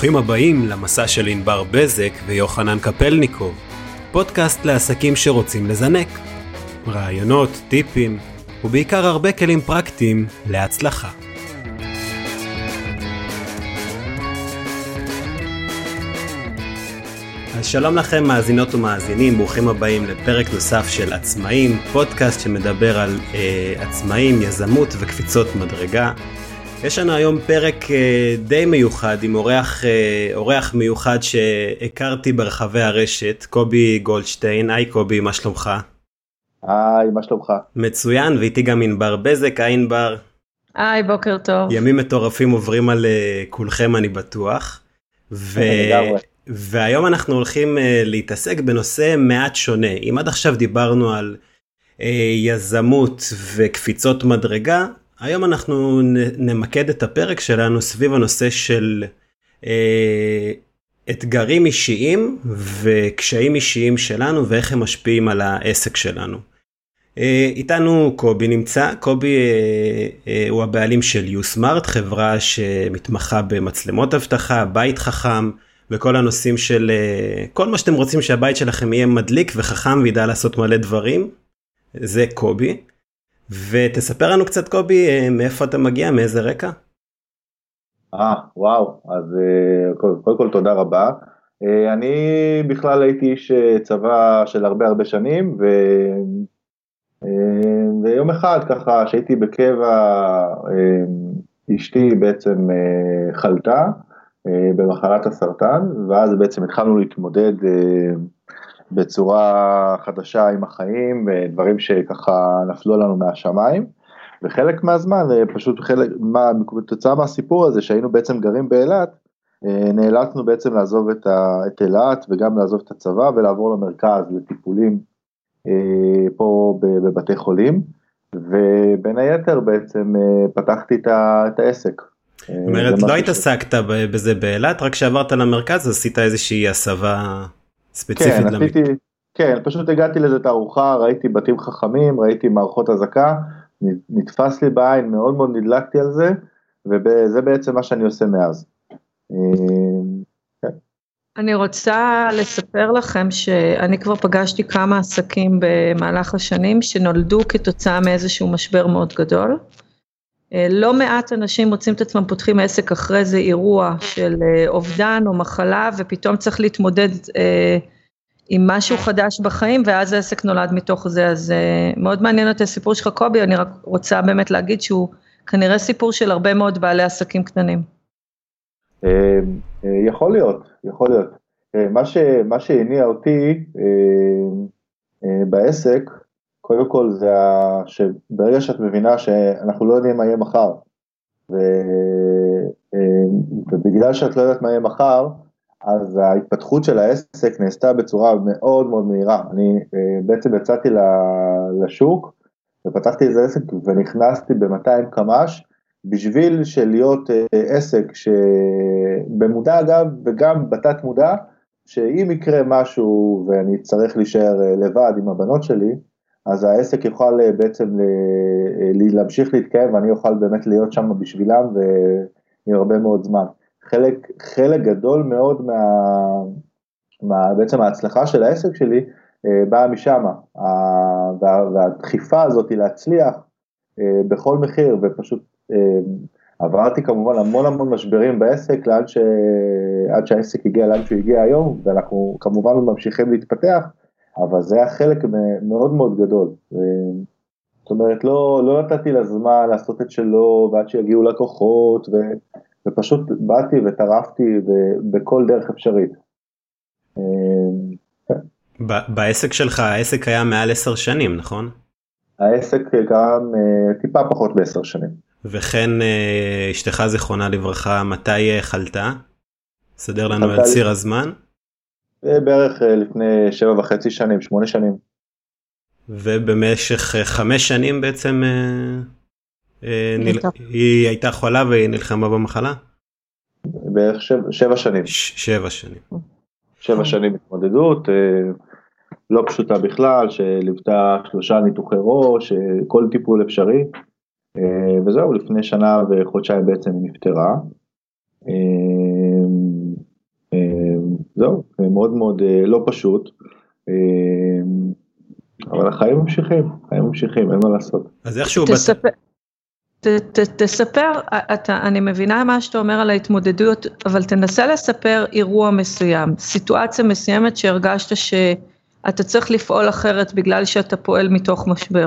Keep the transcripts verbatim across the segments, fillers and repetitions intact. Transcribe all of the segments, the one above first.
ברוכים הבאים למסע של ענבר בזק ויוחנן קפלניקוב, פודקאסט לעסקים שרוצים לזנק. רעיונות, טיפים ובעיקר הרבה כלים פרקטיים להצלחה. אז שלום לכם מאזינות ומאזינים, ברוכים הבאים לפרק נוסף של עצמאים, פודקאסט שמדבר על אה, עצמאים, יזמות וקפיצות מדרגה. יש לנו היום פרק אה, די מיוחד עם אורח, אה, אורח מיוחד שהכרתי ברחבי הרשת, קובי גולדשטיין. היי קובי, מה שלומך? היי, מה שלומך? מצוין, ואיתי גם ענבר בזק. היי ענבר. היי, בוקר טוב. ימים מטורפים עוברים על אה, כולכם אני בטוח. ו... והיום אנחנו הולכים uh, להתעסק בנושא מעט שונה. אם עד עכשיו דיברנו על uh, יזמות וקפיצות מדרגה, היום אנחנו נ- נמקד את הפרק שלנו סביב הנושא של uh, אתגרים אישיים וקשיים אישיים שלנו ואיך הם משפיעים על העסק שלנו. Uh, איתנו קובי נמצא. קובי uh, uh, הוא הבעלים של יוסמארט, חברה שמתמחה במצלמות אבטחה, בית חכם, וכל הנושאים של כל מה שאתם רוצים שהבית שלכם יהיה מדליק וחכם וידע לעשות מלא דברים. זה קובי. ותספר לנו קצת קובי, מאיפה אתה מגיע, מאיזה רקע? אה, וואו, אז קודם כל, כל תודה רבה. אני בכלל הייתי איש צבא של הרבה הרבה שנים, ו... ויום אחד ככה שהייתי בקבע, אשתי בעצם חלתה, במחלת הסרטן, ואז בעצם התחלנו להתמודד בצורה חדשה עם החיים, דברים שככה נפלו לנו מהשמיים, וחלק מהזמן, פשוט חלק, בתוצאה מהסיפור הזה, שהיינו בעצם גרים באילת, נאלצנו בעצם לעזוב את, ה, את אילת, וגם לעזוב את הצבא, ולעבור למרכז, לטיפולים פה בבתי חולים, ובין היתר בעצם פתחתי את העסק. זאת אומרת, לא התעסקת בזה באילת, רק שעברת למרכז, עשית איזושהי הסבה ספציפית? כן, עשיתי, כן, פשוט הגעתי לזה תערוכה, ראיתי בתים חכמים, ראיתי מערכות הזקה, נתפס לי בעין, מאוד מאוד נדלקתי על זה, וזה בעצם מה שאני עושה מאז. אני רוצה לספר לכם שאני כבר פגשתי כמה עסקים במהלך השנים, שנולדו כתוצאה מאיזשהו משבר מאוד גדול, לא מעט אנשים מוצאים את עצמם פותחים עסק אחרי זה אירוע של אובדן או מחלה, ופתאום צריך להתמודד אה, עם משהו חדש בחיים, ואז העסק נולד מתוך זה. אז אה, מאוד מעניין את הסיפור שלך קובי, אני רק רוצה באמת להגיד שהוא כנראה סיפור של הרבה מאוד בעלי עסקים קטנים. אה, אה, יכול להיות, יכול להיות. אה, מה, ש, מה שהניע אותי אה, אה, בעסק, קודם כל זה שברגע שאת מבינה שאנחנו לא יודעים מה יהיה מחר, ו... ובגלל שאת לא יודעת מה יהיה מחר, אז ההתפתחות של העסק נעשתה בצורה מאוד מאוד מהירה. אני בעצם יצאתי לשוק, ופתחתי איזה עסק ונכנסתי ב-מאתיים קמ"ש, בשביל להיות עסק שבמודע אגב, וגם בתת מודע, שאם יקרה משהו ואני צריך להישאר לבד עם הבנות שלי, אז העסק יוכל בעצם להמשיך להתקיים, ואני אוכל באמת להיות שם בשבילם, והרבה מאוד זמן. חלק, חלק גדול מאוד מה, מה, בעצם ההצלחה של העסק שלי, באה משם, וה, והדחיפה הזאת היא להצליח, בכל מחיר, ופשוט עברתי כמובן המון המון משברים בעסק, לעד ש, עד שהעסק הגיע לאן שהוא הגיע היום, ואנחנו כמובן ממשיכים להתפתח, אבל זה היה חלק מאוד מאוד גדול. זאת אומרת, לא, לא נתתי לזמן לעשות את שלו, ועד שיגיעו לקוחות, ו, ופשוט באתי וטרפתי בכל דרך אפשרית. בעסק שלך, העסק היה מעל עשר שנים, נכון? העסק גם טיפה פחות בעשר שנים. וכן אשתך זיכרונה לברכה, מתי חלתה? סדר לנו על ציר הזמן? בערך לפני שבע וחצי שנים, שמונה שנים. ובמשך חמש שנים בעצם היא הייתה חולה והיא נלחמה במחלה? בערך שבע שנים. שבע שנים. שבע שנים התמודדות, לא פשוטה בכלל, שליוותה שלושה ניתוחי ראש, כל טיפול אפשרי, וזהו, לפני שנה וחודשיים בעצם היא נפטרה. מאוד מאוד לא פשוט, אבל החיים ממשיכים, החיים ממשיכים, אין מה לעשות. אז איכשהו... תספר, ת, ת, תספר, אתה, אני מבינה מה שאתה אומר על ההתמודדות, אבל תנסה לספר אירוע מסוים, סיטואציה מסוימת שהרגשת שאתה צריך לפעול אחרת בגלל שאתה פועל מתוך משבר.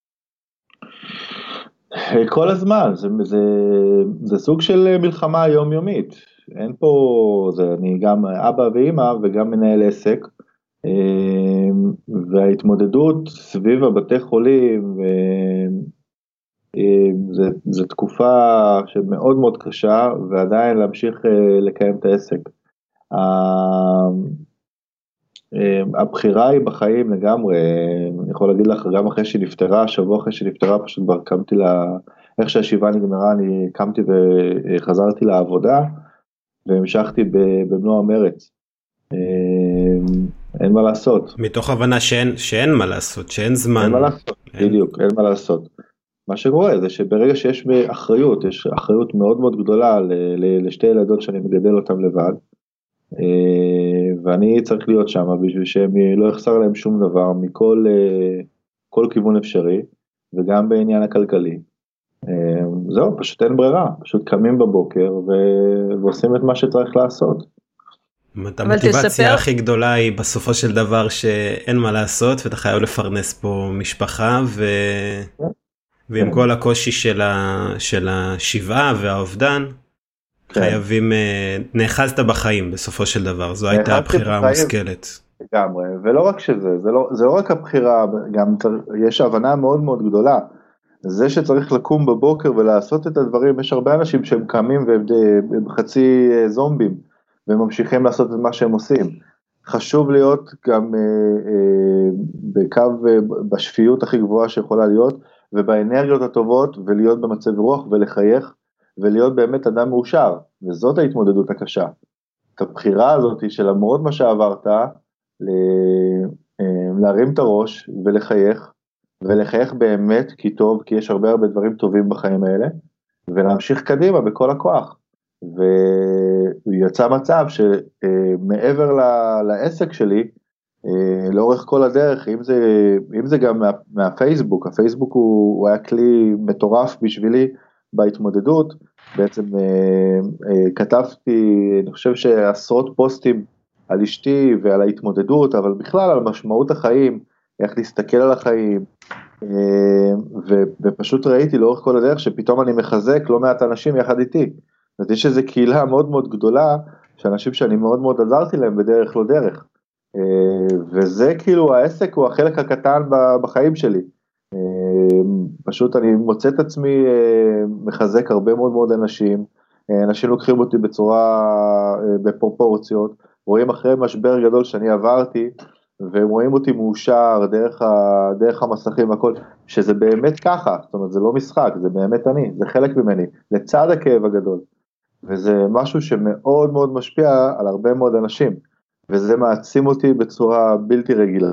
כל הזמן, זה, זה, זה סוג של מלחמה יומיומית, אין פה, זה, אני גם אבא ואמא וגם מנהל עסק, וההתמודדות סביב הבתי חולים, זה, זה תקופה שמאוד מאוד קשה, ועדיין להמשיך לקיים את העסק. הבחירה היא בחיים לגמרי, אני יכול להגיד לך, גם אחרי שהיא נפטרה, שבוע אחרי שהיא נפטרה, פשוט כבר קמתי לה, איך שהשיבה נגמרה, אני קמתי וחזרתי לעבודה, והמשכתי במלוא המרץ. אין מה לעשות. מתוך הבנה שאין, שאין מה לעשות, שאין זמן. אין מה לעשות, אין. בדיוק, אין מה לעשות. מה שקורה זה שברגע שיש אחריות, יש אחריות מאוד מאוד גדולה לשתי ילדות שאני מגדל אותם לבד, ואני צריך להיות שם בשביל שהם לא יחסר להם שום דבר מכל כל כיוון אפשרי, וגם בעניין הכלכלי. זהו, פשוט אין ברירה, פשוט קמים בבוקר ועושים את מה שצריך לעשות. המוטיבציה תספר... הכי גדולה היא בסופו של דבר שאין מה לעשות, ואתה חייב לפרנס פה משפחה, ו... yeah. ועם yeah. כל הקושי של, ה... של השבעה והאובדן, yeah. חייבים, נאחזת בחיים בסופו של דבר, זו הייתה הבחירה המושכלת. לגמרי, ולא רק שזה, זה לא, זה לא רק הבחירה, גם יש הבנה מאוד מאוד גדולה, זה שצריך לקום בבוקר ולעשות את הדברים, יש הרבה אנשים שהם קמים והם חצי זומבים, וממשיכים לעשות את מה שהם עושים. חשוב להיות גם אה, אה, בקו, אה, בשפיות הכי גבוהה שיכולה להיות, ובאנרגיות הטובות, ולהיות במצב רוח ולחייך, ולהיות באמת אדם מאושר, וזאת ההתמודדות הקשה. את הבחירה הזאת שלמרות מה שעברת, ל, אה, להרים את הראש ולחייך, ולחייך באמת כי טוב, כי יש הרבה הרבה דברים טובים בחיים האלה, ולהמשיך קדימה בכל הכוח. ויצא מצב שמעבר לעסק שלי, לאורך כל הדרך, אם זה, אם זה גם מה, מהפייסבוק, הפייסבוק הוא, הוא היה כלי מטורף בשבילי בהתמודדות, בעצם כתבתי, אני חושב שעשרות פוסטים על אשתי ועל ההתמודדות, אבל בכלל על משמעות החיים, איך להסתכל על החיים, ופשוט ראיתי לאורך כל הדרך שפתאום אני מחזק לא מעט אנשים יחד איתי, אז יש איזו קהילה מאוד מאוד גדולה, שאנשים שאני מאוד מאוד עזרתי להם בדרך לא דרך, וזה כאילו העסק הוא החלק הקטן בחיים שלי, פשוט אני מוצא את עצמי מחזק הרבה מאוד מאוד אנשים, אנשים לוקחים אותי בצורה, בפרופורציות, רואים אחרי משבר גדול שאני עברתי, והם רואים אותי מאושר דרך, ה, דרך המסכים והכל, שזה באמת ככה, זאת אומרת זה לא משחק, זה באמת אני, זה חלק ממני, לצד הכאב הגדול. וזה משהו שמאוד מאוד משפיע על הרבה מאוד אנשים, וזה מעצים אותי בצורה בלתי רגילה.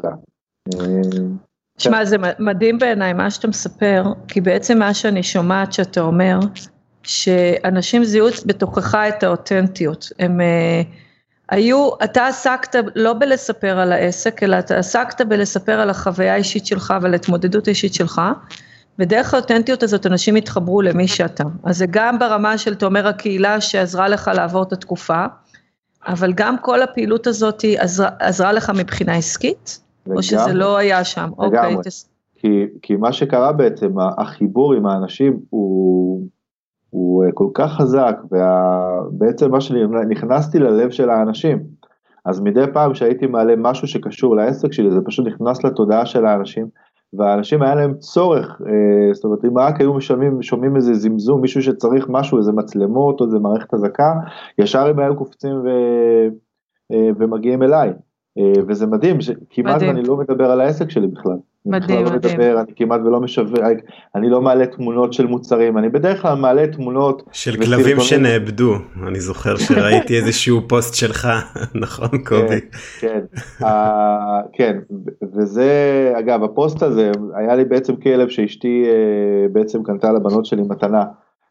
תשמע, זה מדהים בעיניי מה שאתה מספר, כי בעצם מה שאני שומעת שאתה אומר, שאנשים זיהו בתוכך את האותנטיות, הם היו, אתה עסקת לא בלספר על העסק, אלא אתה עסקת בלספר על החוויה האישית שלך ועל התמודדות האישית שלך, ודרך האותנטיות הזאת אנשים התחברו למי שאתה, אז זה גם ברמה של תאמר הקהילה שעזרה לך לעבור את התקופה, אבל גם כל הפעילות הזאת עזרה, עזרה לך מבחינה עסקית, או שזה לא היה שם? אוקיי. כי, כי מה שקרה בעצם, החיבור עם האנשים הוא, הוא כל כך חזק, ובעצם מה שנכנסתי ללב של האנשים, אז מדי פעם שהייתי מעלה משהו שקשור לעסק שלי, זה פשוט נכנס לתודעה של האנשים, והאנשים היה להם צורך, זאת אומרת, אם רק היו משומעים, שומעים איזה זמזום, מישהו שצריך משהו, איזה מצלמות, או איזה מערכת הזקה, ישר הם היו קופצים ו... ומגיעים אליי, וזה מדהים, כמעט אני לא מדבר על העסק שלי בכלל, מדהים, לא מדהים. מדבר, אני כמעט ולא משווק, אני לא מעלה תמונות של מוצרים, אני בדרך כלל מעלה תמונות של כלבים שנאבדו, אני זוכר שראיתי איזשהו פוסט שלך, נכון קובי? כן, כן, וזה, אגב, הפוסט הזה, היה לי בעצם כלב שאשתי בעצם קנתה לבנות שלי מתנה,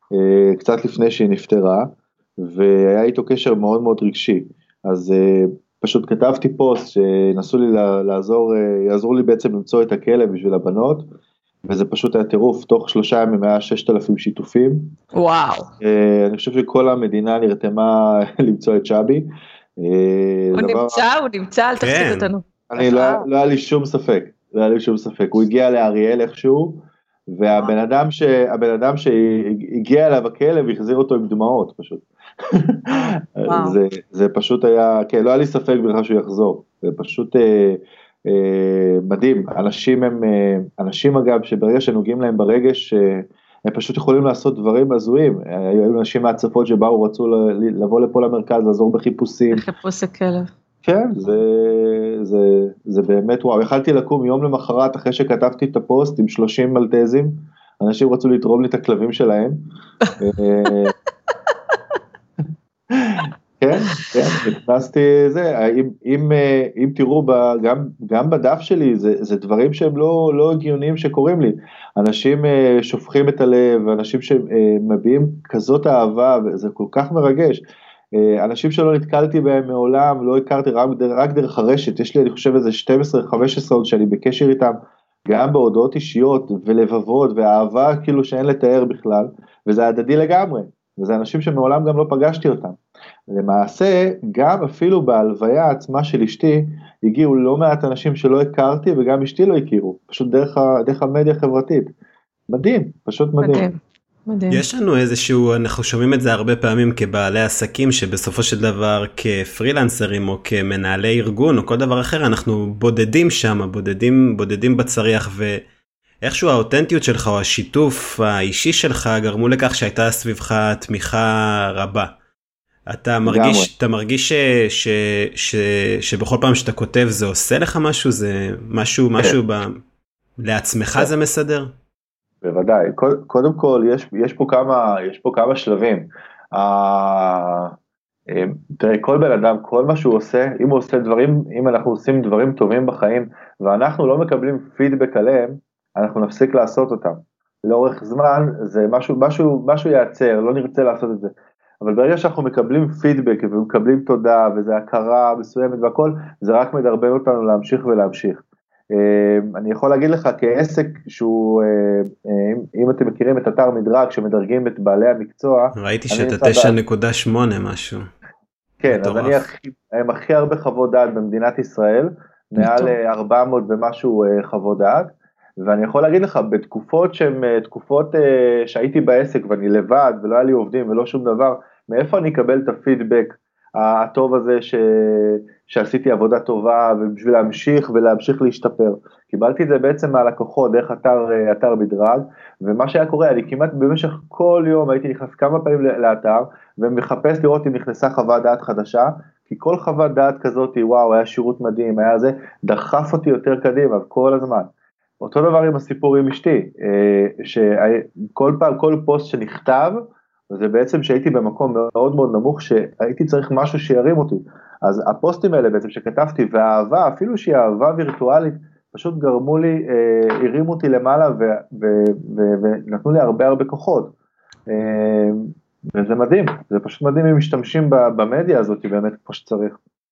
קצת לפני שהיא נפטרה, והיה איתו קשר מאוד מאוד רגשי, אז פשוט כתבתי פוסט שנסו לי לעזור, יעזור לי בעצם למצוא את הכלב בשביל הבנות, וזה פשוט היה טירוף, תוך שלושה ימים היה ששת אלפים שיתופים. וואו. אני חושב שכל המדינה נרתמה למצוא את שבי. הוא נמצא, הוא נמצא, אל תחתיק אותנו. אני לא היה לי שום ספק, לא היה לי שום ספק, הוא הגיע לאריאל איכשהו, והבן אדם שהבן אדם שהגיע אליו הכלב, החזיר אותו עם דמעות פשוט. זה, זה פשוט היה, כן, לא היה לי ספק בכלל שהוא יחזור, זה פשוט אה, אה, מדהים, אנשים הם, אה, אנשים אגב, שברגע שנוגעים להם ברגש, אה, הם פשוט יכולים לעשות דברים הזויים, היו אנשים מהצפות שבאו, רצו לבוא לפה למרכז, לעזור בחיפושים. בחיפוש הכלב. כן, זה, זה, זה באמת וואו, יכלתי לקום יום למחרת, אחרי שכתבתי את הפוסט עם שלושים מלטזים, אנשים רצו לתרום לי את הכלבים שלהם, כן, כן, נכנסתי זה, אם, אם, אם תראו ב, גם, גם בדף שלי, זה, זה דברים שהם לא, לא הגיוניים שקורים לי, אנשים שופכים את הלב, אנשים שמביעים כזאת אהבה, וזה כל כך מרגש, אנשים שלא נתקלתי בהם מעולם, לא הכרתי רק, רק דרך הרשת, יש לי אני חושב איזה שתים עשרה חמש עשרה עוד שאני בקשר איתם, גם בהודעות אישיות ולבבות ואהבה כאילו שאין לתאר בכלל, וזה הדדי לגמרי, וזה אנשים שמעולם גם לא פגשתי אותם. למעשה, גם אפילו בהלוויה עצמה של אשתי, הגיעו לא מעט אנשים שלא הכרתי, וגם אשתי לא הכירו, פשוט דרך, דרך המדיה החברתית. מדהים, פשוט מדהים. מדהים. מדהים. יש לנו איזשהו, אנחנו שומעים את זה הרבה פעמים כבעלי עסקים, שבסופו של דבר כפרילנסרים או כמנהלי ארגון או כל דבר אחר, אנחנו בודדים שם, בודדים, בודדים בצריח, ואיכשהו האותנטיות שלך או השיתוף האישי שלך גרמו לכך שהייתה סביבך תמיכה רבה. אתה מרגיש, אתה מרגיש ש, ש, ש, שבכל פעם שאתה כותב זה עושה לך משהו, זה משהו, משהו ב, לעצמך זה מסדר? בוודאי, קודם כל יש, יש פה כמה, יש פה כמה שלבים, תראה, כל בן אדם, כל מה שהוא עושה, אם הוא עושה דברים, אם אנחנו עושים דברים טובים בחיים, ואנחנו לא מקבלים פידבק עליהם, אנחנו נפסיק לעשות אותם, לאורך זמן, זה משהו, משהו, משהו ייעצר, לא נרצה לעשות את זה, אבל ברגע שאנחנו מקבלים פידבק, ומקבלים תודה, וזה הכרה מסוימת והכל, זה רק מדרבן אותנו להמשיך ולהמשיך, אני יכול להגיד לך כעסק שהוא, אם אתם מכירים את אתר מדרג שמדרגים את בעלי המקצוע, ראיתי שאתה תשע נקודה שמונה משהו. כן, אז אני הם הכי הרבה חוות דעת במדינת ישראל, מעל ארבע מאות ומשהו חוות דעת, ואני יכול להגיד לך בתקופות שהן תקופות שהייתי בעסק ואני לבד ולא היה לי עובדים ולא שום דבר, מאיפה אני אקבל את הפידבק הטוב הזה ש... שעשיתי עבודה טובה ובשביל להמשיך ולהמשיך להשתפר. קיבלתי את זה בעצם מהלקוחות דרך אתר, אתר מדרג, ומה שהיה קורה, אני כמעט במשך כל יום הייתי נכנס כמה פעמים לאתר, ומחפש לראות אם נכנסה חוות דעת חדשה, כי כל חוות דעת כזאת, וואו, היה שירות מדהים, היה זה, דחף אותי יותר קדימה כל הזמן. אותו דבר עם הסיפור עם אשתי, שכל פעם, כל פוסט שנכתב, זה בעצם שהייתי במקום מאוד מאוד נמוך, שהייתי צריך משהו שירים אותי, אז הפוסטים האלה בעצם שכתבתי, והאהבה, אפילו שהיא אהבה וירטואלית, פשוט גרמו לי, אה, הרימו אותי למעלה, ו, ו, ו, ונתנו לי הרבה הרבה כוחות, אה, וזה מדהים, זה פשוט מדהים אם משתמשים במדיה הזאת, באמת כמו שצריך.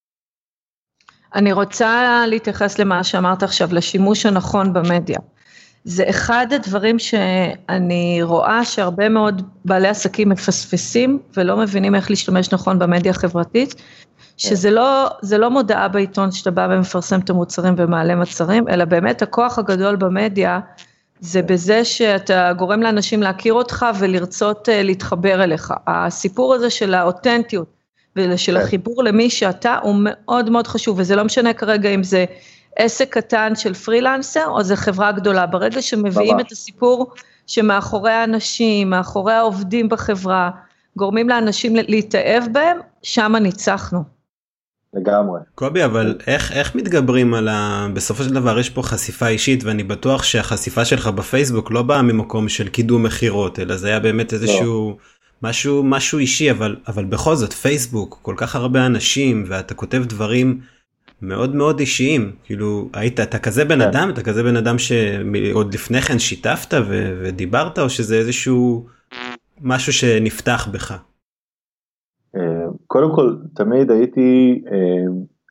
אני רוצה להתייחס למה שאמרת עכשיו, לשימוש הנכון במדיה. זה אחד הדברים שאני רואה שהרבה מאוד בעלי עסקים מפספסים, ולא מבינים איך להשתמש נכון במדיה החברתית, שזה לא, זה לא מודעה בעיתון שאתה בא ומפרסם את המוצרים ומעלה מצרים, אלא באמת הכוח הגדול במדיה, זה בזה שאתה גורם לאנשים להכיר אותך ולרצות להתחבר אליך. הסיפור הזה של האותנטיות ושל החיבור למי שאתה הוא מאוד מאוד חשוב, וזה לא משנה כרגע אם זה עסק קטן של פרילנסר או זה חברה גדולה, ברגע שמביאים את הסיפור שמאחורי האנשים, מאחורי העובדים בחברה, גורמים לאנשים להתאהב בהם, שם ניצחנו. לגמרי. קובי, אבל איך, איך מתגברים על ה... בסופו של דבר יש פה חשיפה אישית, ואני בטוח שהחשיפה שלך בפייסבוק לא באה ממקום של קידום מחירות, אלא זה היה באמת איזשהו לא. משהו, משהו אישי, אבל, אבל בכל זאת פייסבוק, כל כך הרבה אנשים, ואתה כותב דברים מאוד מאוד אישיים, כאילו, היית, אתה כזה בן אדם, אתה כזה בן אדם שעוד לפני כן שיתפת ו- ודיברת, או שזה איזשהו משהו שנפתח בך? קודם כל, תמיד הייתי,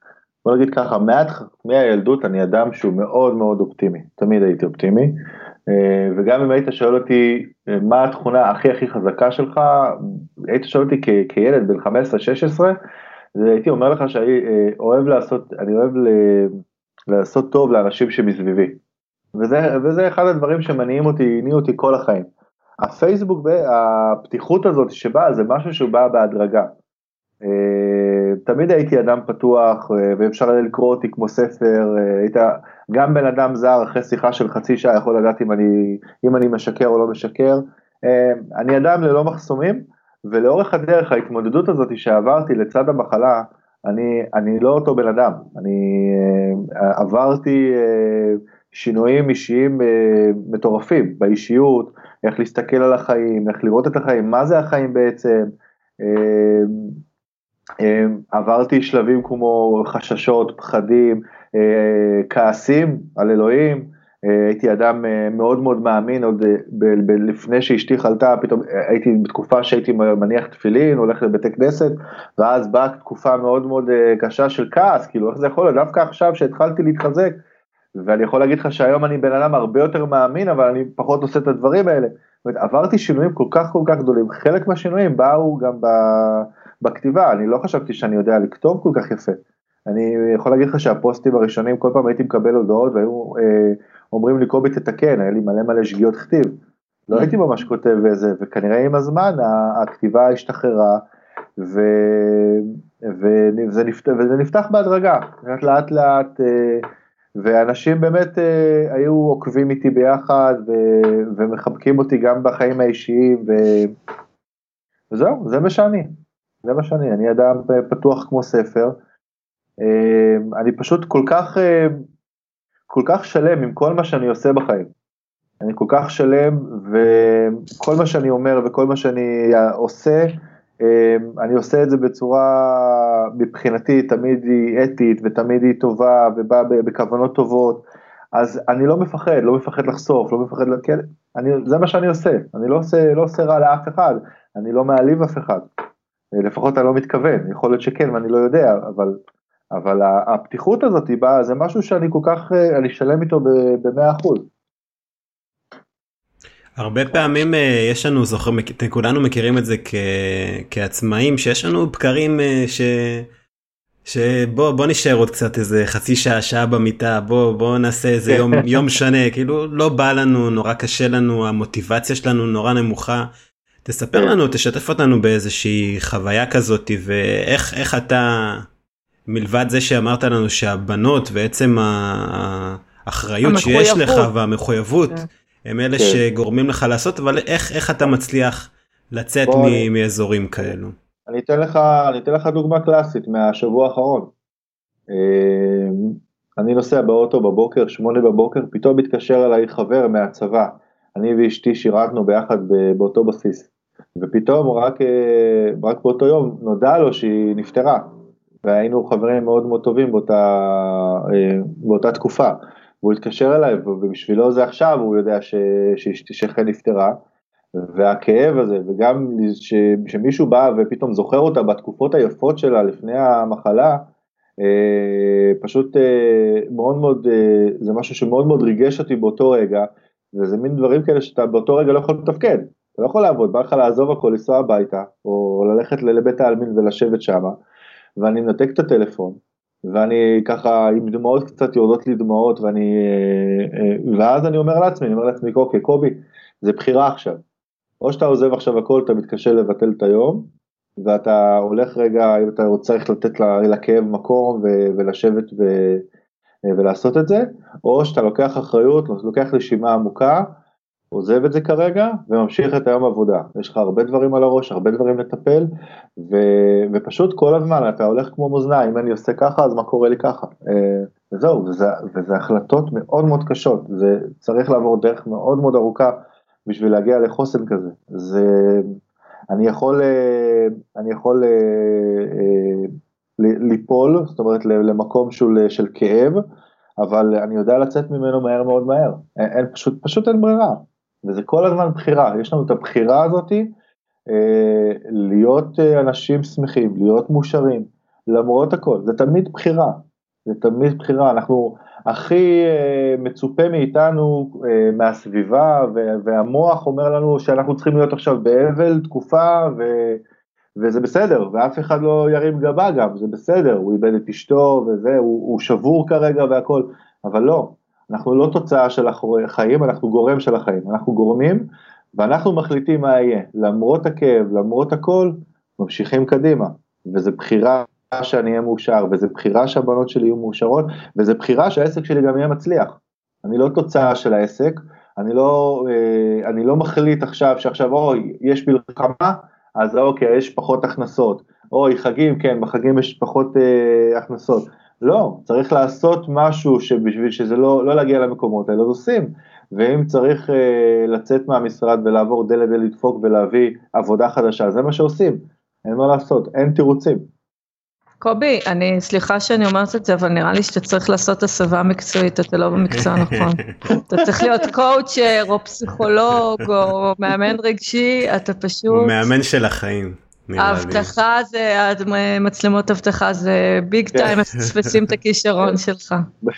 בוא נגיד ככה, מהילדות אני אדם שהוא מאוד מאוד אופטימי, תמיד הייתי אופטימי, וגם אם היית שואל אותי מה התכונה הכי הכי חזקה שלך, היית שואל אותי כ- כילד בין חמש עשרה שש עשרה, הייתי אומר לך שאני אוהב לעשות, אני אוהב ל- לעשות טוב לאנשים שמסביבי, וזה, וזה אחד הדברים שמניעים אותי, הניעו אותי כל החיים. הפייסבוק, הפתיחות הזאת שבאה, זה משהו שהוא בא בהדרגה. תמיד הייתי אדם פתוח, ואפשר לקרוא אותי כמו ספר, היית גם בן אדם זר, אחרי שיחה של חצי שעה, יכול לדעת אם אני, אם אני משקר או לא משקר. אני אדם ללא מחסומים, ולאורך הדרך ההתמודדות הזאת שעברתי לצד המחלה, אני, אני לא אותו בן אדם, אני עברתי שינויים אישיים מטורפים, באישיות, איך להסתכל על החיים, איך לראות את החיים, מה זה החיים בעצם, עברתי שלבים כמו חששות, פחדים, כעסים על אלוהים, הייתי אדם מאוד מאוד מאמין, עוד ב- ב- לפני שאשתי חלתה, פתאום הייתי בתקופה שהייתי מניח תפילין, הולך לבתי כנסת, ואז באה תקופה מאוד מאוד קשה של כעס, כאילו איך זה יכול להיות, דווקא עכשיו שהתחלתי להתחזק, ואני יכול להגיד לך שהיום אני בן אדם הרבה יותר מאמין, אבל אני פחות עושה את הדברים האלה, זאת אומרת, עברתי שינויים כל כך כל כך גדולים, חלק מהשינויים באו גם ב... בכתיבה, אני לא חשבתי שאני יודע לכתוב כל כך יפה, אני יכול להגיד לך שהפוסטים הראשונים, כל פעם הייתי מקבל הודעות, והיו אה, אומרים לי, קובי תתקן, היה לי מלא מלא שגיאות כתיב, לא הייתי ממש כותב איזה, וכנראה עם הזמן, הכתיבה השתחררה, ו... וזה, נפתח, וזה נפתח בהדרגה, לאט לאט, אה, ואנשים באמת אה, היו עוקבים איתי ביחד, ו... ומחבקים אותי גם בחיים האישיים, ו... וזהו, זה מה שאני. זה מה שאני, אני אדם פתוח כמו ספר, אני פשוט כל כך, כל כך שלם עם כל מה שאני עושה בחיים, אני כל כך שלם, וכל מה שאני אומר וכל מה שאני עושה, אני עושה את זה בצורה, מבחינתי, תמיד היא אתית ותמיד היא טובה ובאה בכוונות טובות, אז אני לא מפחד, לא מפחד לחשוף, לא מפחד, כן, אני, זה מה שאני עושה, אני לא עושה, לא עושה רע לאף אחד, אני לא מעליב אף אחד. לפחות אני לא מתכוון, יכול להיות שכן ואני לא יודע, אבל, אבל הפתיחות הזאת היא באה, זה משהו שאני כל כך, אני שלם איתו ב-מאה אחוז. הרבה פעמים יש לנו, זוכר, כולנו מכירים את זה כעצמאים, שיש לנו בקרים ש... שבוא בוא נשאר עוד קצת איזה חצי שעה, שעה במיטה, בוא בוא נעשה איזה יום, יום שונה, כאילו לא בא לנו, נורא קשה לנו, המוטיבציה שלנו נורא נמוכה, תספר לנו, תשתף אותנו באיזושהי חוויה כזאת, ואיך איך אתה, מלבד זה שאמרת לנו שהבנות ועצם האחריות שיש לך והמחויבות, הם אלה שגורמים לך לעשות, אבל איך איך אתה מצליח לצאת מאזורים כאלו? אני אתן לך, אני אתן לך דוגמה קלאסית מהשבוע האחרון. אני נוסע באוטו בבוקר, שמונה בבוקר, פתאום מתקשר אליי חבר מהצבא, אני ואשתי שירתנו ביחד באותו בסיס, ופתאום רק, רק באותו יום נודע לו שהיא נפטרה, והיינו חברים מאוד מאוד טובים באותה, באותה תקופה, והוא התקשר אליי, ובשבילו זה עכשיו, הוא יודע שאשתי שכן נפטרה, והכאב הזה, וגם ש, שמישהו בא ופתאום זוכר אותה בתקופות היפות שלה לפני המחלה, פשוט מאוד מאוד, זה משהו שמאוד מאוד ריגש אותי באותו רגע, וזה מין דברים כאלה שאתה באותו רגע לא יכול לתפקד, אתה לא יכול לעבוד, בא לך לעזוב הכל, לנסוע הביתה, או ללכת לבית העלמין ולשבת שם, ואני מנתק את הטלפון, ואני ככה עם דמעות קצת יורדות לי דמעות, ואני, ואז אני אומר לעצמי, אני אומר לעצמי, אוקיי, קובי, זה בחירה עכשיו, או שאתה עוזב עכשיו הכל, אתה מתקשה לבטל את היום, ואתה הולך רגע, אם אתה צריך לתת לכאב מקום, ולשבת ו... ולעשות את זה, או שאתה לוקח אחריות, לוקח רשימה עמוקה, עוזב את זה כרגע, וממשיך את היום עבודה. יש לך הרבה דברים על הראש, הרבה דברים לטפל, ו... ופשוט כל הזמן אתה הולך כמו מאזניים, אם אני עושה ככה, אז מה קורה לי ככה? וזהו, וזה, וזה החלטות מאוד מאוד קשות, זה צריך לעבור דרך מאוד מאוד ארוכה, בשביל להגיע לחוסן כזה. זה, אני יכול, אני יכול ליפול, זאת אומרת למקום של, של כאב, אבל אני יודע לצאת ממנו מהר מאוד מהר. אין, פשוט, פשוט אין ברירה. וזה כל הזמן בחירה. יש לנו את הבחירה הזאת, להיות אנשים שמחים, להיות מאושרים, למרות הכל. זה תמיד בחירה. זה תמיד בחירה, אנחנו הכי מצופה מאיתנו מהסביבה, והמוח אומר לנו שאנחנו צריכים להיות עכשיו באבל תקופה, ו... וזה בסדר, ואף אחד לא ירים גבה גם, זה בסדר, הוא איבד את אשתו וזה, הוא, הוא שבור כרגע והכל, אבל לא, אנחנו לא תוצאה של החיים, אנחנו גורם של החיים, אנחנו גורמים, ואנחנו מחליטים מה יהיה, למרות הכאב, למרות הכל, ממשיכים קדימה, וזה בחירה שאני אהיה מאושר, וזה בחירה שהבנות שלי יהיו מאושרות, וזה בחירה שהעסק שלי גם יהיה מצליח, אני לא תוצאה של העסק, אני לא, אני לא מחליט עכשיו, שעכשיו, אוי, יש מלחמה, אז אוקיי, יש פחות הכנסות, אוי, חגים, כן, בחגים יש פחות אה, הכנסות, לא, צריך לעשות משהו שבשביל שזה לא, לא להגיע למקומות האלה, אז עושים, ואם צריך אה, לצאת מהמשרד ולעבור דלת דלת לדפוק ולהביא עבודה חדשה, זה מה שעושים, אין מה לעשות, אין תירוצים. קובי, אני, סליחה שאני אומרת את זה, אבל נראה לי שאתה צריך לעשות הסבה מקצועית, אתה לא במקצוע נכון. אתה צריך להיות קואוצ'ר, או פסיכולוג, או מאמן רגשי, אתה פשוט... הוא מאמן של החיים, נראה לי. ההבטחה זה, מצלמות הבטחה זה ביג טיים, מפספסים את הכישרון שלך.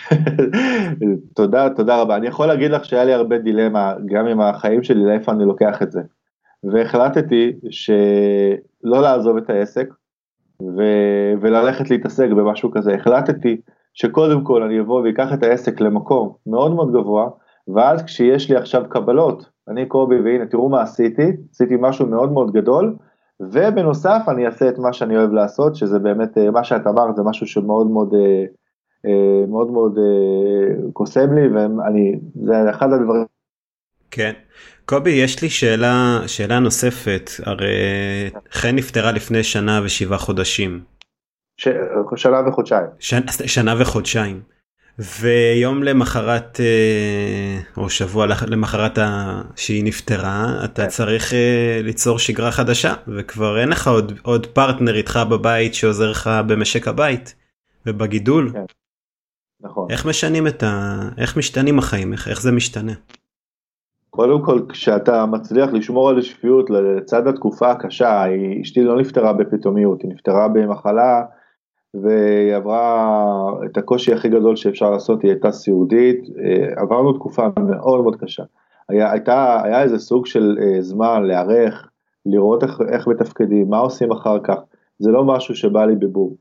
תודה, תודה רבה. אני יכול להגיד לך שהיה לי הרבה דילמה, גם עם החיים שלי, לאיפה אני לוקח את זה. והחלטתי שלא לעזוב את העסק, ו- וללכת להתעסק במשהו כזה, החלטתי שקודם כל אני אבוא ויקח את העסק למקום מאוד מאוד גבוה, ואז כשיש לי עכשיו קבלות, אני קובי והנה תראו מה עשיתי, עשיתי משהו מאוד מאוד גדול, ובנוסף אני אעשה את מה שאני אוהב לעשות, שזה באמת מה שאת אמרת, זה משהו שמאוד מאוד מאוד מאוד קוסם לי, ואני, זה אחד הדברים. כן. קובי, יש לי שאלה, שאלה נוספת, הרי חן נפטרה לפני שנה ושבעה חודשים. ש... שנה וחודשיים. ש... שנה וחודשיים. ויום למחרת, או שבוע למחרת שהיא נפטרה, אתה צריך ליצור שגרה חדשה, וכבר אין לך עוד, עוד פרטנר איתך בבית שעוזר לך במשק הבית, ובגידול. כן. נכון. איך משנים את ה... איך משתנים החיים? איך, איך זה משתנה? קודם כל, כשאתה מצליח לשמור על השפיות לצד התקופה הקשה, אשתי לא נפטרה בפתאומיות, היא נפטרה במחלה, והיא עברה את הקושי הכי גדול שאפשר לעשות, היא הייתה סיעודית, עברנו תקופה מאוד מאוד קשה. היה, הייתה, היה איזה סוג של זמן לערך, לראות איך, איך מתפקדים, מה עושים אחר כך, זה לא משהו שבא לי בבור.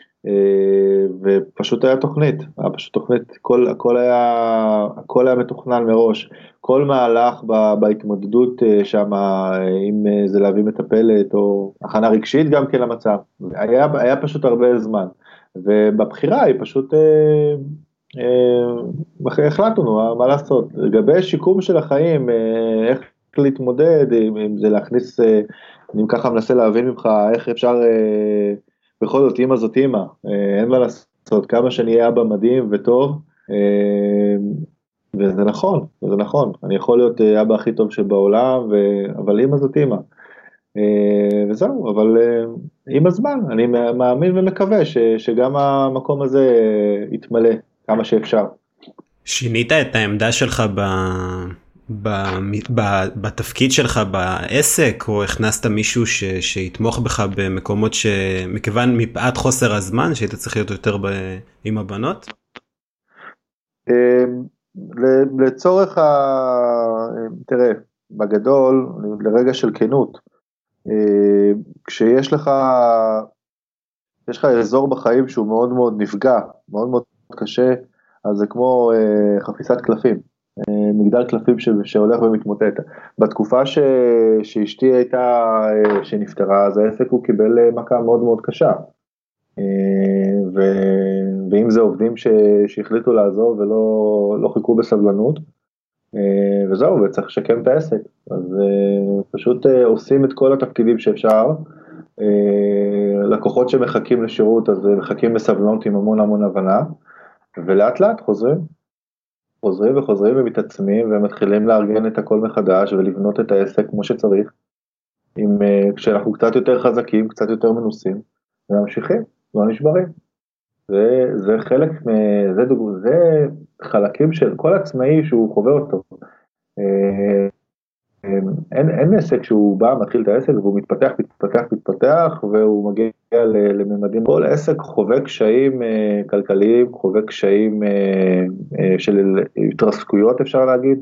ופשוט היה תוכנית, היה פשוט תוכנית, כל, הכל היה, הכל היה מתוכנן מראש, כל מהלך בהתמודדות שם, אם זה להביא מטפלת או הכנה רגשית גם כן למצב, היה, היה פשוט הרבה זמן, ובבחירה היא פשוט, אה, אה, החלטנו מה לעשות, לגבי שיקום של החיים, אה, איך להתמודד, אם זה להכניס, אה, אני ככה מנסה להבין ממך, איך אפשר, אה, בכל זאת, אמא זאת אמא, אין מה לעשות, כמה שאני אהיה אבא מדהים וטוב, וזה נכון, וזה נכון, אני יכול להיות אבא הכי טוב שבעולם, אבל אמא זאת אמא, וזהו, אבל עם הזמן, אני מאמין ומקווה שגם המקום הזה יתמלא כמה שאפשר. שינית את העמדה שלך ב... בתפקיד שלך בעסק, או הכנסת מישהו ש, שיתמוך בך במקומות שמכיוון מפאת חוסר הזמן שהיית צריך להיות יותר ב, עם הבנות? לצורך ה... תראה, בגדול, לרגע של כנות, כשיש לך, יש לך אזור בחיים שהוא מאוד מאוד נפגע, מאוד מאוד קשה, אז זה כמו חפיסת קלפים. מגדל קלפים ש... שהולך ומתמוטט. בתקופה ש... שאשתי הייתה, שנפטרה, אז העסק הוא קיבל מכה מאוד מאוד קשה. ו... ואם זה עובדים ש... שהחליטו לעזוב ולא לא חיכו בסבלנות, וזהו, וצריך לשקם את העסק. אז פשוט עושים את כל התפקידים שאפשר, לקוחות שמחכים לשירות, אז מחכים בסבלנות עם המון המון הבנה, ולאט לאט חוזרים. חוזרים וחוזרים ומתעצמים ומתחילים לארגן את הכל מחדש ולבנות את העסק כמו שצריך, עם, כשאנחנו קצת יותר חזקים, קצת יותר מנוסים, וממשיכים, לא נשברים. זה, זה חלק, זה, זה חלקים של כל עצמאי שהוא חווה אותו. אין, אין עסק שהוא בא, מתחיל את העסק, והוא מתפתח, מתפתח, מתפתח, והוא מגיע לממדים. כל עסק חווה קשיים כלכליים, חווה קשיים של התרסקויות, אפשר להגיד.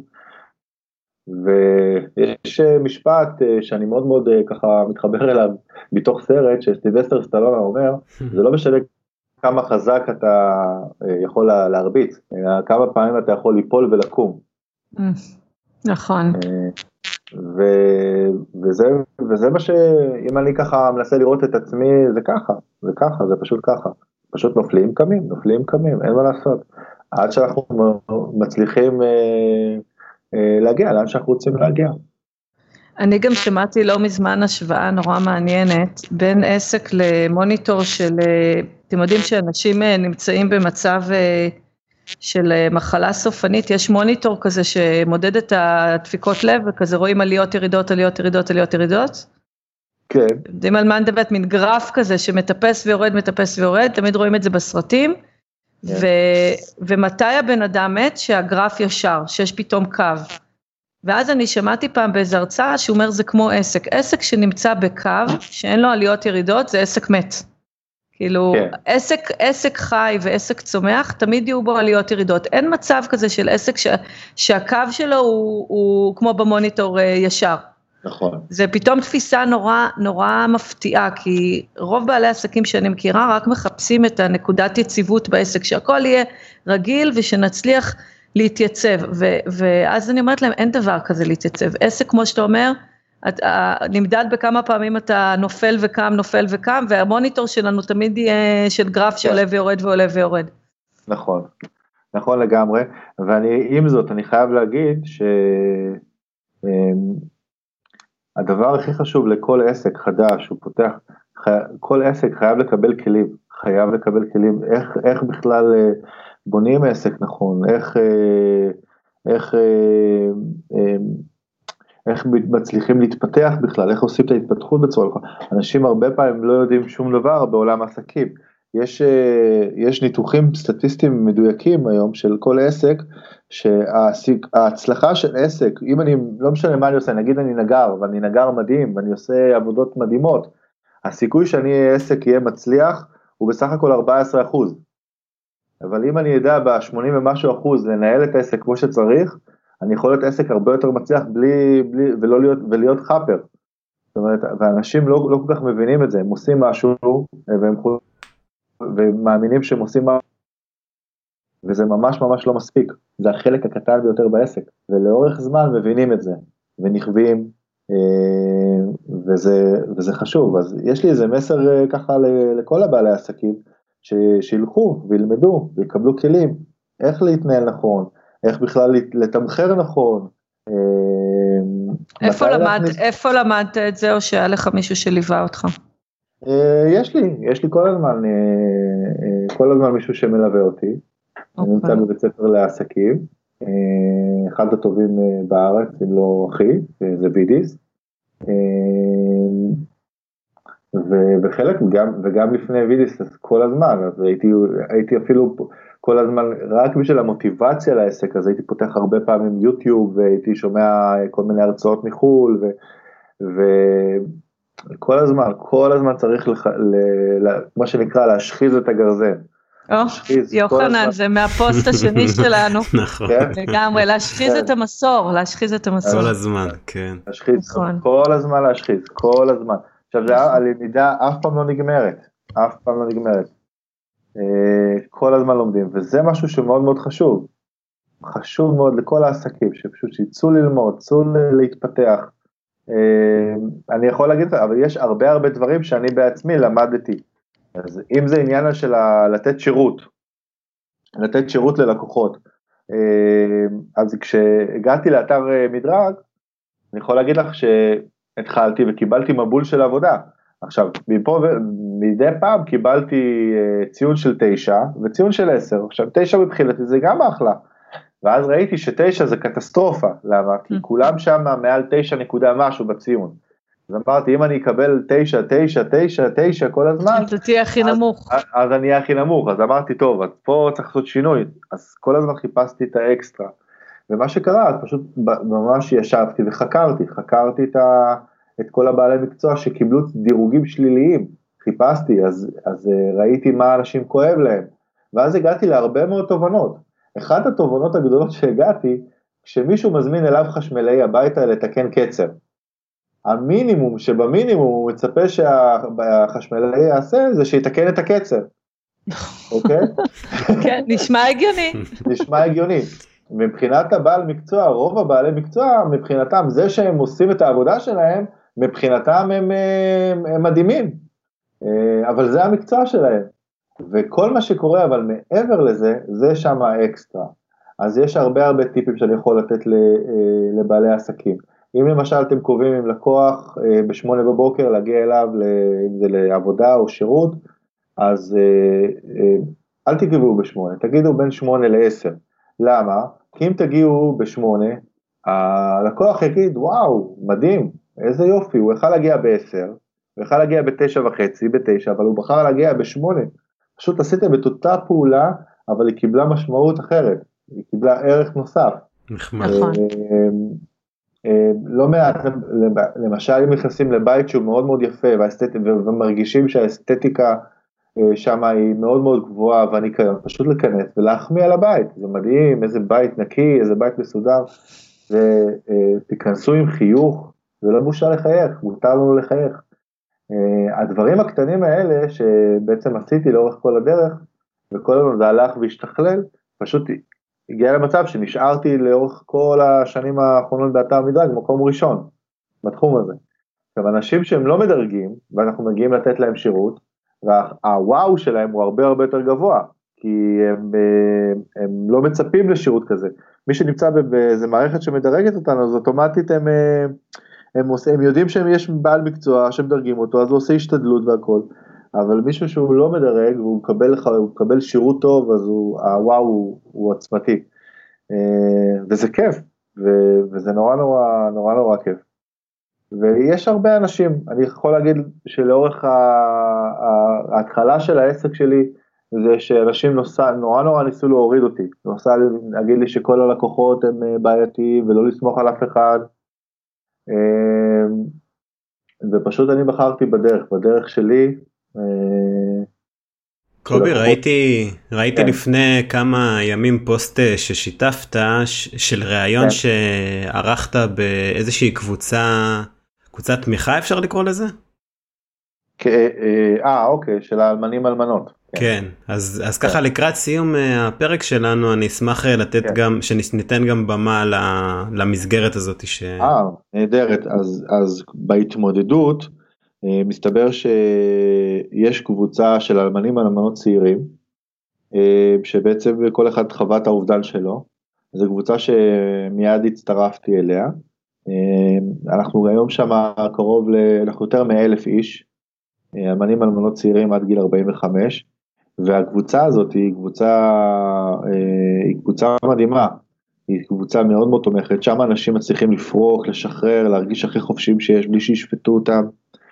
ויש משפט שאני מאוד מאוד ככה מתחבר אליו, בתוך סרט, שסילבסטר סטלון אומר, זה לא משנה כמה חזק אתה יכול להרביץ, כמה פעמים אתה יכול ליפול ולקום. נכון. ו, וזה, וזה מה שאם אני ככה מנסה לראות את עצמי, זה ככה, זה ככה, זה פשוט ככה. פשוט נופלים קמים, נופלים קמים, אין מה לעשות. עד שאנחנו מצליחים אה, אה, להגיע, לאן שאנחנו רוצים להגיע. אני גם שמעתי לא מזמן השוואה נורא מעניינת, בין עסק למוניטור של, אתם יודעים שאנשים נמצאים במצב של מחלה סופנית, יש מוניטור כזה שמודד את הדפיקות לב, וכזה רואים עליות ירידות, עליות ירידות, עליות ירידות. כן. יודעים על מה נדבר, מין גרף כזה שמטפס ויורד, מטפס ויורד, תמיד רואים את זה בסרטים, כן. ו, ומתי הבן אדם מת? שהגרף ישר, שיש פתאום קו. ואז אני שמעתי פעם באיזו הרצאה, שהוא אומר זה כמו עסק, עסק שנמצא בקו, שאין לו עליות ירידות, זה עסק מת. כאילו, כן. עסק, עסק חי ועסק צומח, תמיד יהיו בו עליות ירידות. אין מצב כזה של עסק ש, שהקו שלו הוא, הוא כמו במוניטור ישר. נכון. זה פתאום תפיסה נורא, נורא מפתיעה, כי רוב בעלי עסקים שאני מכירה, רק מחפשים את הנקודת יציבות בעסק, שהכל יהיה רגיל ושנצליח להתייצב, ו, ואז אני אומרת להם, אין דבר כזה להתייצב. עסק, כמו שאתה אומר, את, נמדד בכמה פעמים אתה נופל וקם, נופל וקם, והמוניטור שלנו תמיד יהיה של גרף שעולה ויורד ועולה ויורד. נכון, נכון לגמרי, ואני, עם זאת, אני חייב להגיד שהדבר הכי חשוב לכל עסק חדש, הוא פותח, כל עסק חייב לקבל כלים, חייב לקבל כלים, איך, איך בכלל בונים עסק נכון, איך, איך, איך מצליחים להתפתח בכלל, איך עושים את ההתפתחות בצורה נכון. אנשים הרבה פעמים לא יודעים שום דבר בעולם העסקים. יש, יש ניתוחים סטטיסטיים מדויקים היום של כל עסק, שההצלחה של עסק, אם אני, לא משנה מה אני עושה, נגיד אני נגר, ואני נגר מדהים, ואני עושה עבודות מדהימות, הסיכוי שאני עסק יהיה מצליח, הוא בסך הכל ארבעה עשר אחוז. אבל אם אני ידע ב-שמונים ומשהו אחוז לנהל את העסק כמו שצריך, אני יכול להיות עסק הרבה יותר מצליח בלי, בלי, ולא להיות, ולהיות חפר. זאת אומרת, ואנשים לא, לא כל כך מבינים את זה, הם עושים משהו, והם, ומאמינים שהם עושים משהו, וזה ממש ממש לא מספיק. זה החלק הקטן ביותר בעסק, ולאורך זמן מבינים את זה, ונכווים, וזה, וזה חשוב. אז יש לי איזה מסר ככה לכל הבעלי העסקים, שילכו וילמדו, ויקבלו כלים, איך להתנהל נכון, איך בכלל לתמחר נכון. איפה למד, איפה למדת את זה, או שהיה לך מישהו שליווה אותך? יש לי, יש לי כל הזמן, כל הזמן מישהו שמלווה אותי. אני נמצא בבית ספר לעסקים, אחד הטובים בארץ, אם לא אחי, זה וידיס. וחלק, וגם לפני וידיס, אז כל הזמן, אז הייתי, הייתי אפילו כל הזמן, רק בשביל המוטיבציה לעסק, אז הייתי פותח הרבה פעמים יוטיוב, והייתי שומע כל מיני הרצאות מחול, ו, וכל הזמן, כל הזמן צריך, לח, ל, ל, מה שנקרא, להשחיז את הגרזן. או, יוחנן, זה מהפוסט השני שלנו. נכון. לגמרי, להשחיז את המסור, להשחיז את המסור. כל הזמן, כן. להשחיז, כל הזמן להשחיז, כל הזמן. עכשיו, זה הלמידה אף פעם לא נגמרת, אף פעם לא נגמרת. כל הזמן לומדים, וזה משהו שמאוד מאוד חשוב, חשוב מאוד לכל העסקים, שפשוט שיצאו ללמוד, צאו להתפתח. אני יכול להגיד, אבל יש הרבה הרבה דברים שאני בעצמי למדתי, אז אם זה עניין של לתת שירות, לתת שירות ללקוחות, אז כשהגעתי לאתר מדרג, אני יכול להגיד לך שהתחלתי וקיבלתי מבול של עבודה, עכשיו, מפה ומדי פעם קיבלתי ציון של תשע וציון של עשר, עכשיו תשע מבחינתי זה גם אחלה, ואז ראיתי שתשע זה קטסטרופה, למה? כי כולם שם מעל תשע נקודה משהו בציון, אז אמרתי, אם אני אקבל תשע, תשע, תשע, תשע כל הזמן, אתה תהיה הכי נמוך. אז, אז אני אהיה הכי נמוך, אז אמרתי, טוב, אז פה צריך לעשות שינוי, אז כל הזמן חיפשתי את האקסטרה, ומה שקרה, אז פשוט ממש ישבתי וחקרתי, חקרתי את, ה, את כל הבעלי מקצוע שקיבלו דירוגים שליליים, חיפשתי, אז, אז ראיתי מה אנשים כואב להם, ואז הגעתי להרבה מאוד תובנות. אחת התובנות הגדולות שהגעתי, כשמישהו מזמין אליו חשמלאי הביתה לתקן קצר, המינימום שבמינימום הוא מצפה שהחשמלאי יעשה, זה שיתקן את הקצר. אוקיי? כן, נשמע הגיוני. נשמע הגיוני. מבחינת הבעל מקצוע, רוב הבעלי מקצוע, מבחינתם, זה שהם עושים את העבודה שלהם, מבחינתם הם, הם, הם מדהימים. אבל זה המקצוע שלהם. וכל מה שקורה, אבל מעבר לזה, זה שם האקסטרה. אז יש הרבה הרבה טיפים שאני יכול לתת לבעלי עסקים. אם למשל אתם קובעים עם לקוח בשמונה בבוקר להגיע אליו, אם זה לעבודה או שירות, אז אל תקבעו בשמונה, תגידו בין שמונה לעשר. למה? כי אם תגיעו בשמונה, הלקוח יגיד, וואו, מדהים, איזה יופי, הוא יכל להגיע בעשר, הוא יכל להגיע בתשע וחצי, בתשע, אבל הוא בחר להגיע בשמונה. פשוט עשיתם את אותה פעולה, אבל היא קיבלה משמעות אחרת, היא קיבלה ערך נוסף. נכון. לא מעט, למשל אם נכנסים לבית שהוא מאוד מאוד יפה, ומרגישים שהאסתטיקה שם היא מאוד מאוד גבוהה, ואני פשוט לכנס ולהחמיא על הבית, זה מדהים, איזה בית נקי, איזה בית מסודר, ותיכנסו עם חיוך, זה לא בושה לחייך, מותר לנו לחייך. הדברים הקטנים האלה שבעצם עשיתי לאורך כל הדרך, וכל הזמן זה הלך והשתכלל, פשוט הגיע למצב שנשארתי לאורך כל השנים האחרונות באתר מדרג, מקום ראשון, בתחום הזה. עכשיו, אנשים שהם לא מדרגים, ואנחנו מגיעים לתת להם שירות, והוואו שלהם הוא הרבה הרבה יותר גבוה, כי הם, הם לא מצפים לשירות כזה. מי שנמצא באיזה מערכת שמדרגת אותנו, אז אוטומטית הם, הם, הם יודעים שיש בעל מקצוע שמדרגים אותו, אז הוא עושה השתדלות והכל. אבל מישהו שהוא לא מדרג, והוא מקבל, הוא מקבל שירות טוב, אז הוא, הוואו הוא, הוא עצמתי. וזה כיף, וזה נורא נורא נורא נורא כיף. ויש הרבה אנשים, אני יכול להגיד שלאורך ההתחלה של העסק שלי, זה שאנשים נוסע, נורא נורא ניסו להוריד אותי, נוסע להגיד לי שכל הלקוחות הם בעייתיים, ולא לסמוך על אף אחד, ופשוט אני בחרתי בדרך, בדרך שלי. קובי, ראיתי, ראיתי לפני כמה ימים פוסט ששיתפת, של ראיון שערכת באיזושהי קבוצה, קבוצת תמיכה אפשר לקרוא לזה? אה, אוקיי, של האלמנים אלמנות. כן, אז, אז ככה לקראת סיום הפרק שלנו, אני אשמח לתת גם, שניתן גם במה למסגרת הזאת. ש... אה, נהדרת, אז, אז בהתמודדות, מסתבר שיש קבוצה של אלמנים אלמנות צעירים, שבעצם כל אחד חווה את האובדן שלו, זו קבוצה שמיד הצטרפתי אליה, אנחנו היום שם קרוב, אנחנו יותר מאלף איש, אלמנים אלמנות צעירים עד גיל ארבעים וחמש, והקבוצה הזאת היא קבוצה, היא קבוצה מדהימה, היא קבוצה מאוד מאוד תומכת, שם אנשים מצליחים לפרוק, לשחרר, להרגיש הכי חופשיים שיש בלי שישפטו אותם,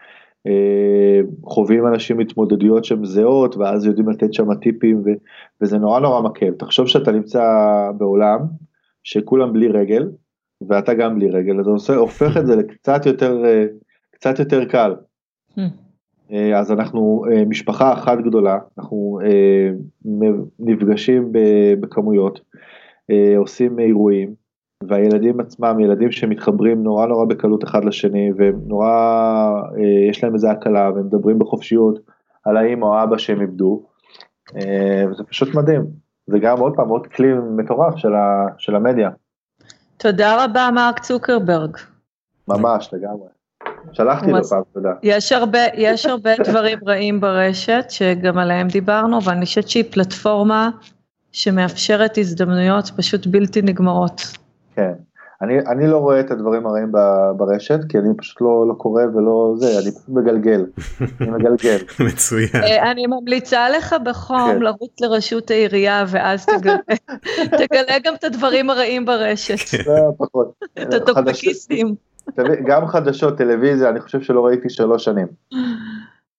חווים אנשים התמודדויות שהן זהות, ואז יודעים לתת שם טיפים, וזה נורא נורא מקל. תחשוב שאתה נמצא בעולם, שכולם בלי רגל, ואתה גם בלי רגל, אז זה הופך את זה לקצת יותר, קצת יותר קל. אז אנחנו משפחה אחת גדולה, אנחנו נפגשים בכמויות, עושים אירועים, והילדים עצמם, ילדים שמתחברים נורא נורא בקלות אחד לשני, ונורא, יש להם איזו הקלה, והם מדברים בחופשיות על האמא או אבא שהם איבדו, וזה פשוט מדהים. זה גם עוד פעם, עוד כלי מטורף של, ה, של המדיה. תודה רבה, מרק צוקרברג. ממש, לגמרי. שלחתי לו פעם, תודה. יש הרבה, יש הרבה דברים רעים ברשת, שגם עליהם דיברנו, ואני חושבת שהיא פלטפורמה שמאפשרת הזדמנויות פשוט בלתי נגמרות. כן, אני, אני לא רואה את הדברים הרעים ברשת, כי אני פשוט לא, לא קורא ולא זה, אני פשוט מגלגל, אני מגלגל. מצוין. אני ממליצה לך בחום לרוץ לרשות העירייה, ואז תגלה, תגלה גם את הדברים הרעים ברשת. לא, פחות. את הטוקבקיסטים. גם חדשות, טלוויזיה, אני חושב שלא ראיתי שלוש שנים.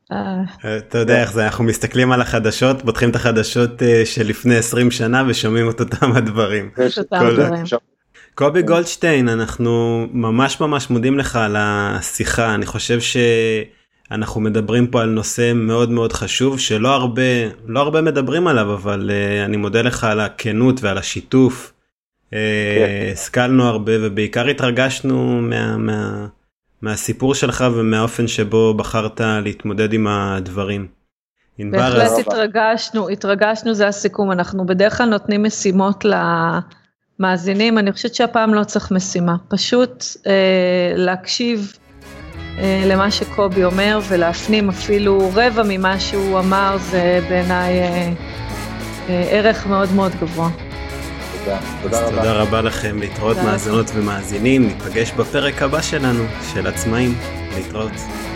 אתה יודע איך זה, אנחנו מסתכלים על החדשות, פותחים את החדשות של לפני עשרים שנה ושומעים את אותם הדברים. קובי גולדשטיין, אנחנו ממש ממש מודים לך על השיחה, אני חושב שאנחנו מדברים פה על נושא מאוד מאוד חשוב, שלא הרבה, לא הרבה מדברים עליו, אבל אני מודה לך על הכנות ועל השיתוף, השכלנו הרבה ובעיקר התרגשנו מה... מה מהסיפור שלך ומהאופן שבו בחרת להתמודד עם הדברים. בהחלט התרגשנו, התרגשנו, זה הסיכום, אנחנו בדרך כלל נותנים משימות למאזינים, אני חושבת שהפעם לא צריך משימה, פשוט אה, להקשיב אה, למה שקובי אומר ולהפנים אפילו רבע ממה שהוא אמר, זה בעיניי אה, אה, ערך מאוד מאוד גבוה. תודה רבה. תודה רבה לכם, להתראות מאזינות ומאזינים, ניפגש בפרק הבא שלנו, של עצמאים, להתראות.